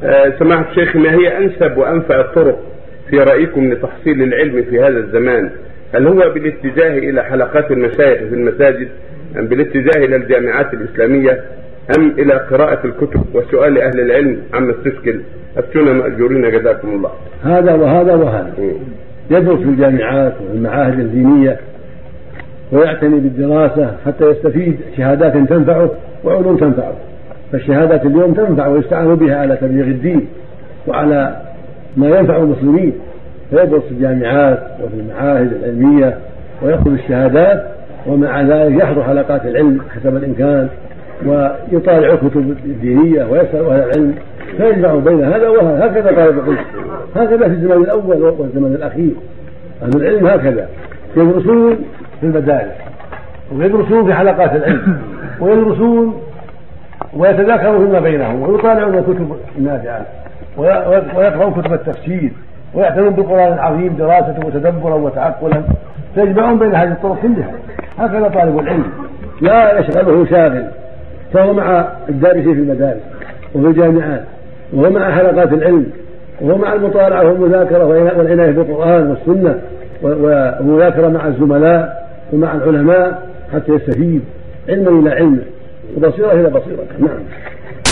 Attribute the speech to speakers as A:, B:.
A: سماحة الشيخ، ما هي أنسب وأنفع الطرق في رأيكم لتحصيل العلم في هذا الزمان؟ هل هو بالاتجاه إلى حلقات المشايخ في المساجد، أم بالاتجاه إلى الجامعات الإسلامية، أم إلى قراءة الكتب وسؤال أهل العلم عما استشكل؟ أفتونا مأجورين جزاكم الله.
B: هذا وهذا وهذا. يدرس في الجامعات وفي المعاهد الدينية ويعتني بالدراسة حتى يستفيد شهادات تنفعه وعلوم تنفعه. فالشهادات اليوم تنفع ويستعان بها على تبليغ الدين وعلى ما ينفع المسلمين، فيدرس في الجامعات وفي المعاهد العلمية ويأخذ الشهادات، ومع ذلك يحضر حلقات العلم حسب الإمكان ويطالع الكتب الدينية ويسأل أهل العلم، فيجمع بين هذا وهذا. هكذا طالب العلم، هكذا في الزمن الأول والزمن الأخير. أهل العلم هكذا يدرسون في المدارس ويدرسون في حلقات العلم ويدرسون ويتذاكرون فيما بينهم ويطالعون الكتب النافعة ويقرأون كتب التفسير ويعتنون بالقرآن العظيم دراسة وتدبرا وتعقلا، فيجمعون بين هذه الطرق كلها. هكذا طالب العلم لا يشغله شاغل، فهو مع الدارسين في المدارس وفي الجامعات، وهو مع حلقات العلم، وهو مع المطالعة والمذاكرة والعناية بالقرآن والسنة والمذاكرة مع الزملاء ومع العلماء حتى يستفيد علما إلى علم وبصيرة إلى بصيرة. نعم.